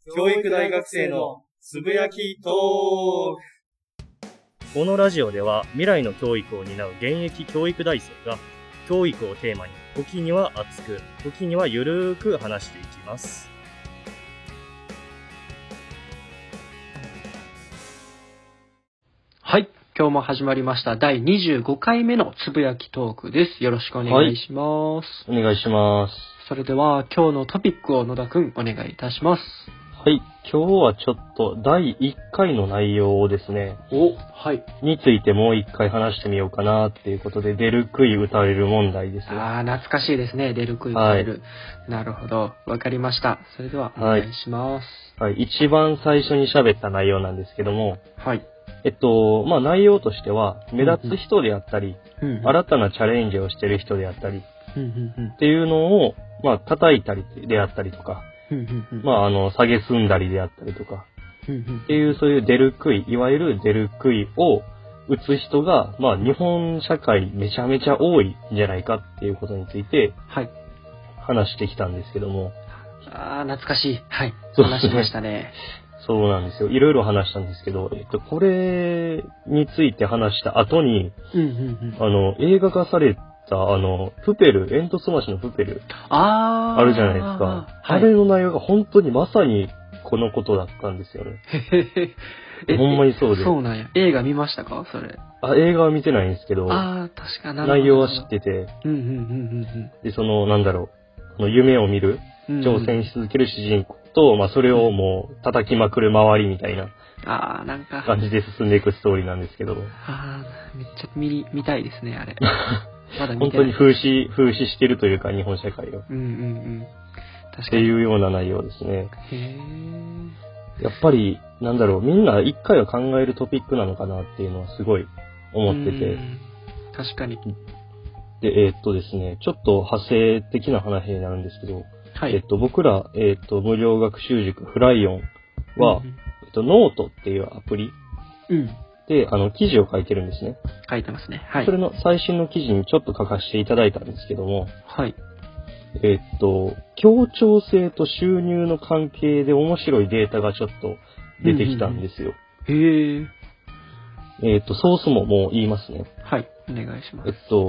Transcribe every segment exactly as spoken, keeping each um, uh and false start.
教育大学生のつぶやきトーク。 このラジオでは未来の教育を担う現役教育大生が教育をテーマに時には熱く時にはゆるーく話していきます。 はい、今日も始まりましただいにじゅうごかいめのつぶやきトークです。よろしくお願いします。 はい、お願いします。 それでは今日のトピックを野田くんお願いいたします。 はい、今日はちょっとだいいっかいの内容をですね、 お、はい。 についてもう一回話してみようかなっていうことで、出る杭打たれる問題ですよ。 ああ、懐かしいですね。出る杭打たれる。はい、なるほど。わかりました。それではお願いします。 はい、はい、一番最初に喋った内容なんですけども、 はい。 えっと、まあ内容としては、目立つ人であったり、うんうん、新たなチャレンジをしてる人であったり、うんうんうん、っていうのを、まあ叩いたりであったりとか、うんうんうん、まああの、下げすんだりであったりとか、うんうん、っていうそういう出る杭、いわゆる出る杭を打つ人が、まあ日本社会めちゃめちゃ多いんじゃないかっていうことについて、はい。話してきたんですけども。 ああ、懐かしい。はい。話しましたね。 そうなんですよ。いろいろ話したんですけど、えっと、これについて話した後に、うんうんうん、あの、映画化された、あの、プペル、煙突町のプペル、あ, あるじゃないですか、はい。あれの内容が本当にまさにこのことだったんですよね。ほんまにそうで。 そうなんや。映画見ましたかそれ。 あ、映画は見てないんですけど、 ああ、確かな。 内容は知ってて、うんうんうんうん、で、その、なんだろう、の夢を見る、挑戦し続ける主人公と、まあそれをもう叩きまくる周りみたいなああ、なんか感じで進んでいくストーリーなんですけど。 ああ、めっちゃ見見たいですね、あれ。 まだ見てない。本当に風刺、風刺してるというか、日本社会を。うんうんうん。確かに。っていうような内容ですね。へー。やっぱり、なんだろう、みんな一回は考えるトピックなのかなっていうのはすごい思ってて。 確かに。 で、えー、っとですね、ちょっと派生的な話になるんですけど、はい、えっと、僕ら、えっと、無料学習塾フライオンは、うん、えっと、ノートっていうアプリで、うん、あの、記事を書いてるんですね。 書いてますね。はい。 それの最新の記事にちょっと書かせていただいたんですけども、はい。えっと、協調性と収入の関係で面白いデータがちょっと出てきたんですよ。うんうんうん、へえ。えっと、ソースももう言いますね。 はい。お願いします。 えっと、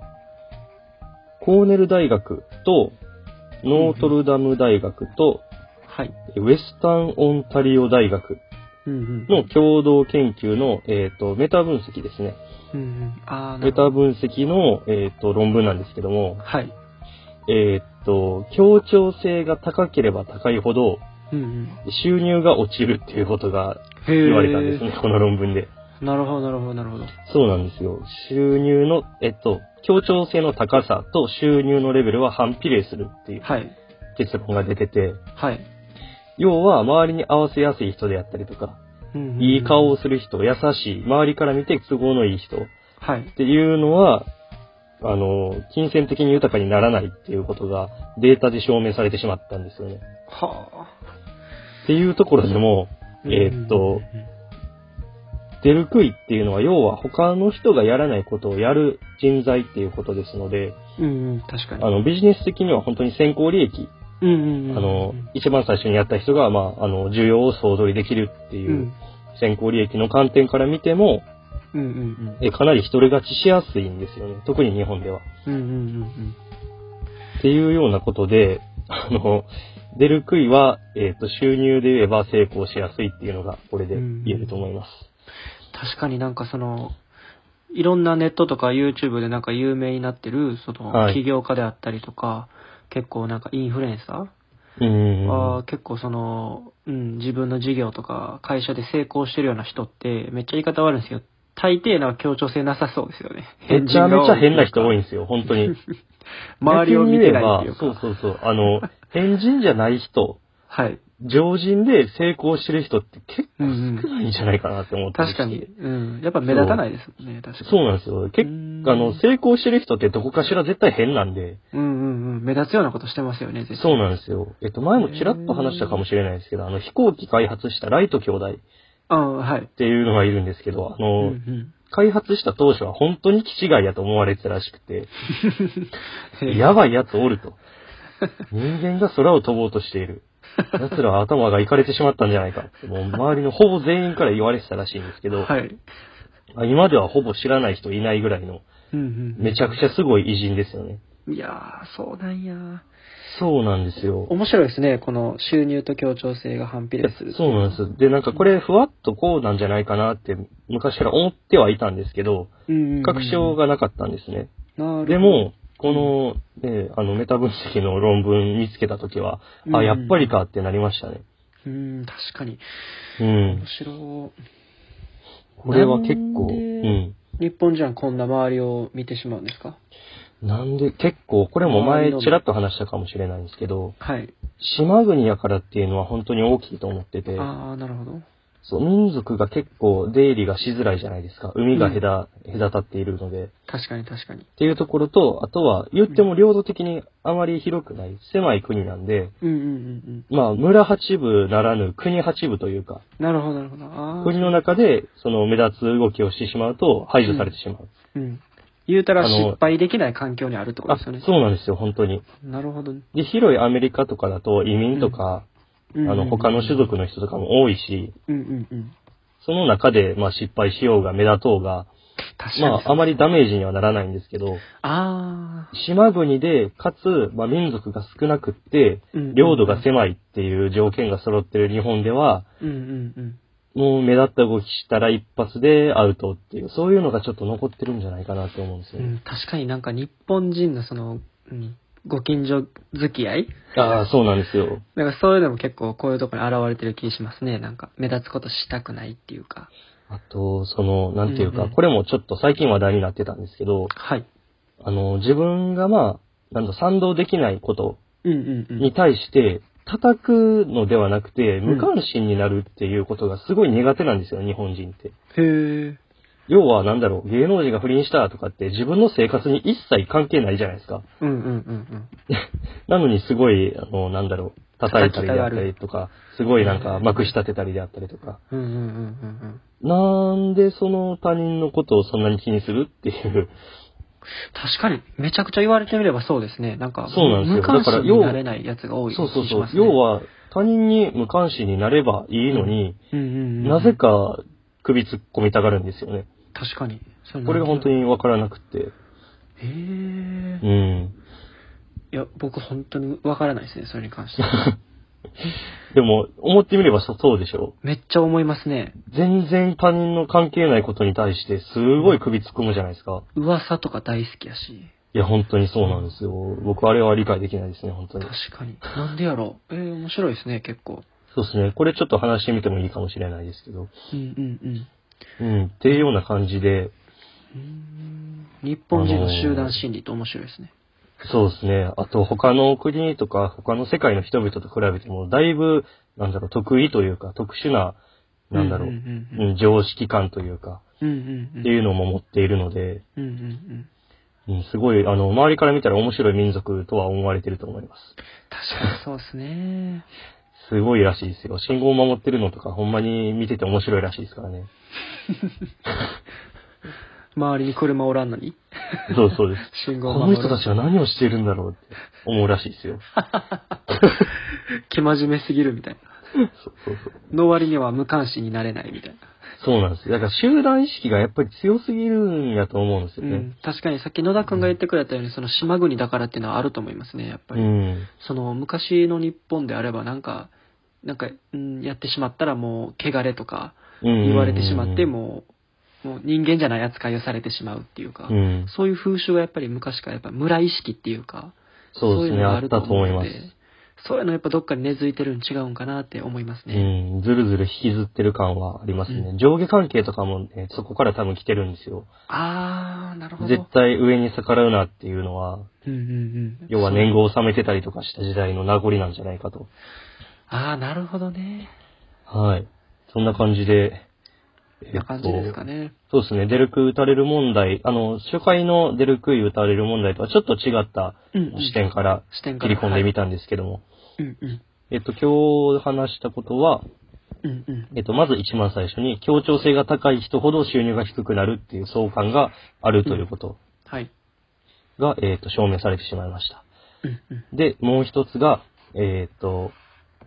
コーネル大学と、ノートルダム大学と、はい、ウェスタンオンタリオ大学の共同研究の、えーと、メタ分析ですね。うんうん、あメタ分析の、えーと、論文なんですけども、はい、えーと、協調性が高ければ高いほど、うんうん、収入が落ちるっていうことが言われたんですね、この論文で。 なるほど、なるほど、なるほど。 そうなんですよ。収入の、えっと、協調性の高さと収入のレベルは反比例するっていう結論が出てて、はい。要は、周りに合わせやすい人であったりとか、うんうんうん、いい顔をする人、優しい、周りから見て都合のいい人、はい。っていうのは、あの、金銭的に豊かにならないっていうことがデータで証明されてしまったんですよね。はあ。っていうところでも、えー、っと、うんうんうん出る杭っていうのは、要は他の人がやらないことをやる人材っていうことですので、うんうん、確かに。あの、ビジネス的には本当に先行利益。うんうんうんうん、あの、一番最初にやった人が、まあ、あの、需要を総取りできるっていう先行利益の観点から見ても、うんうんうん、えかなり一人勝ちしやすいんですよね。特に日本では。うんうんうんうん、っていうようなことで、あの、出る杭は、えっと、収入で言えば成功しやすいっていうのが、これで言えると思います。うんうん確かになんかその、いろんなネットとか YouTube でなんか有名になってる、その、起業家であったりとか、はい、結構なんかインフルエンサーは結構その、うん、自分の事業とか会社で成功してるような人ってめっちゃ言い方悪いんですけど、大抵の協調性なさそうですよね。 めちゃめちゃ変な人多いんですよ、本当に。 周りを見てないっていうか。 そうそうそう。あの、変人じゃない人。はい。常人で成功してる人って結構少ないんじゃないかなって思ってるし、 うんうん、確かに。うん。やっぱ目立たないですもんね、確かに。 そうなんですよ。結構、あの、成功してる人ってどこかしら絶対変なんで。 うんうんうん。目立つようなことしてますよね、絶対。 そうなんですよ。えっと、前もちらっと話したかもしれないですけど、あの、飛行機開発したライト兄弟。ああ、はい。っていうのがいるんですけど、あの、うんうん開発した当初は本当に気違いやと思われてたらしくて、やばいやつおると。人間が空を飛ぼうとしている。 奴らは頭がいかれてしまったんじゃないかって、もう周りのほぼ全員から言われてたらしいんですけど、はい、今ではほぼ知らない人いないぐらいの、めちゃくちゃすごい偉人ですよね。 いやー、そうなんや。 そうなんですよ。 面白いですね。この収入と協調性が反比例する。 そうなんです。で、なんかこれふわっとこうなんじゃないかなって昔から思ってはいたんですけど、確証がなかったんですね。なるほど。でも、この、ね、あのメタ分析の論文見つけたときは、うん、あ、やっぱりかってなりましたね。 うん、確かに。 うん。 面白い。 これは結構、うん。 日本人はこんな周りを見てしまうんですか？ なんで、結構、これも前ちらっと話したかもしれないんですけど、はい。島国やからっていうのは本当に大きいと思ってて、 ああ、なるほど。 そう、民族が結構出入りがしづらいじゃないですか。海が隔、うん、隔たっているので。 確かに確かに。 っていうところと、あとは言っても領土的にあまり広くない、狭い国なんで、うんうんうんうん、まあ、村八部ならぬ国八部というか、 なるほどなるほど。あ国の中でその目立つ動きをしてしまうと排除されてしまう。 うん、うん言うたら失敗できない環境にあるってことですよね。 そうなんですよ、本当に。 なるほど。 で、広いアメリカとかだと移民とか、うん、あの、他の種族の人とかも多いし、うんうんうん、その中で、まあ失敗しようが目立とうが、まああまりダメージにはならないんですけど、あ島国で、かつ、まあ民族が少なくって、領土が狭いっていう条件が揃ってる日本では、うんうんうんもう目立った動きしたら一発でアウトっていう、そういうのがちょっと残ってるんじゃないかなと思うんですよね。 うん、確かになんか日本人のその、うん、ご近所付き合いああ、そうなんですよ。 だからそういうのも結構こういうところに現れてる気しますね。なんか目立つことしたくないっていうか。 あと、その、なんていうか、うんうん、これもちょっと最近話題になってたんですけど、はい。あの、自分がまあ、なんだ、賛同できないことに対して、うんうんうん叩くのではなくて、無関心になるっていうことがすごい苦手なんですよ、日本人って。へー。要は、なんだろう、芸能人が不倫したとかって自分の生活に一切関係ないじゃないですか。うんうんうんうん。なのにすごい、あの、なんだろう、叩いたりであったりとか、すごいなんか、まくし立てたりであったりとか。うんうんうんうんうん。なんでその他人のことをそんなに気にするっていう。 確かに、めちゃくちゃ言われてみればそうですね。なんか、 そうなんですよ。 無関心になれないやつが多い気がしますね。 そうそうそう。要は、他人に無関心になればいいのに、うんうんうんうん、なぜか首突っ込みたがるんですよね。 確かに。 これが本当にわからなくて。へえ。うん。いや、僕本当にわからないですね、それに関しては。 でも、思ってみればそうでしょ。 めっちゃ思いますね。 全然他人の関係ないことに対してすごい首突っ込むじゃないですか。 噂とか大好きやし。 いや、本当にそうなんですよ。僕あれは理解できないですね、本当に。 確かに。なんでやろう。えー、面白いですね、結構。 そうですね。これちょっと話してみてもいいかもしれないですけど。うんうんうん。うん、っていうような感じで。 うーん日本人の集団心理って面白いですね。 そうですね。あと他の国とか他の世界の人々と比べてもだいぶ、なんだろう、得意というか特殊な、なんだろう、うんうんうんうん、常識感というか、うんうんうん、っていうのも持っているので、うんうんうんうん、すごい、あの、周りから見たら面白い民族とは思われていると思います。 確かにそうですね。 すごいらしいですよ。信号を守ってるのとかほんまに見てて面白いらしいですからね。 周りに車おらんのにそうそうです。信号を守る。この人たちは何をしているんだろうって思うらしいですよ。 生真面目すぎるみたいな。 そうそうそう。 の割には無関心になれないみたいな。 そうなんですよ。だから集団意識がやっぱり強すぎるんやと思うんですよね。うん、 確かにさっき野田くんが言ってくれたように、その島国だからっていうのはあると思いますね、やっぱり。うん、その昔の日本であればなんか、なんか、うん、やってしまったらもう汚れとか言われてしまって、もう、もう人間じゃない扱いをされてしまうっていうか、うん、そういう風習がやっぱり昔からやっぱ村意識っていうか、 そうですね、そういうのがあると思うので、あったと思います。 そういうのやっぱどっかに根付いてるん違うんかなって思いますね。 うん、ずるずる引きずってる感はありますね。うん、上下関係とかも、ね、そこから多分来てるんですよ。 あー、なるほど。 絶対上に逆らうなっていうのは、うんうんうん、要は年貢を納めてたりとかした時代の名残なんじゃないかと。 あー、なるほどね。 はい。そんな感じで、 こんな感じですかね。 そうですね。デルク打たれる問題、あの、初回のデルクイ打たれる問題とはちょっと違った視点から切り込んでみたんですけども。うんうん、えっと、今日話したことは、うんうん、えっと、まず一番最初に、協調性が高い人ほど収入が低くなるっていう相関があるということが、うんはい、えっと、証明されてしまいました。うんうん、で、もう一つが、えっと、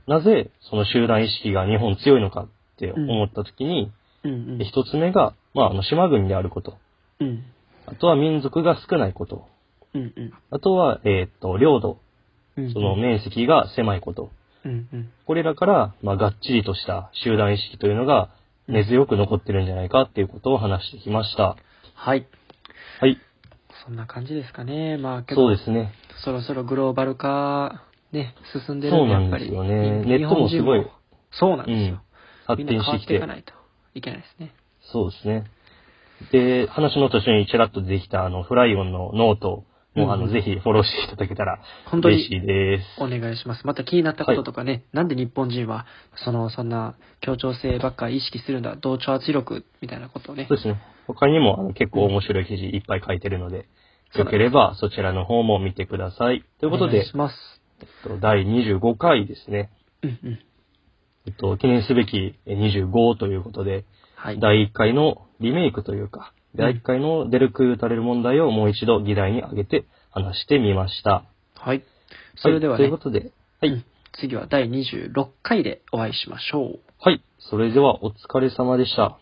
なぜその集団意識が日本強いのかって思ったときに、 うんうん、 一つ目が、まあ、あの島国であること。 うん、 あとは民族が少ないこと。 うんうん、 あとは、えっと、領土。 うんうん、 その面積が狭いこと。 うんうん、 これらから、まあ、がっちりとした集団意識というのが根強く残ってるんじゃないかっていうことを話してきました。 はい。 はい。 そんな感じですかね。まあ、 そうですね。 そろそろグローバル化、ね、進んでるんで、 やっぱり。そうなんですよね。ネットもすごい。 そうなんですよ。うん、 発展してきて。 みんな変わっていかないといけないですね。 そうですね。で、話の途中にちらっと出てきた、あの、フライオンのノートも、うん、あの、ぜひフォローしていただけたら嬉しいです。 お願いします。また気になったこととかね、はい、なんで日本人は、その、そんな協調性ばっかり意識するんだ、同調圧力みたいなことをね。 そうですね。他にもあの結構面白い記事いっぱい書いてるので、うん、よければそちらの方も見てください。ということで、 お願いします。 えっと、だいにじゅうごかいですね。 うんうん。 えっと、記念すべきにじゅうごということで、はい、だいいっかいのリメイクというか、だいいっかいのデルクータレル問題をもう一度議題に挙げて話してみました。 はい。それではね、 はい、ということで、はい、うん。 次はだいにじゅうろっかいでお会いしましょう。 はい。それではお疲れ様でした。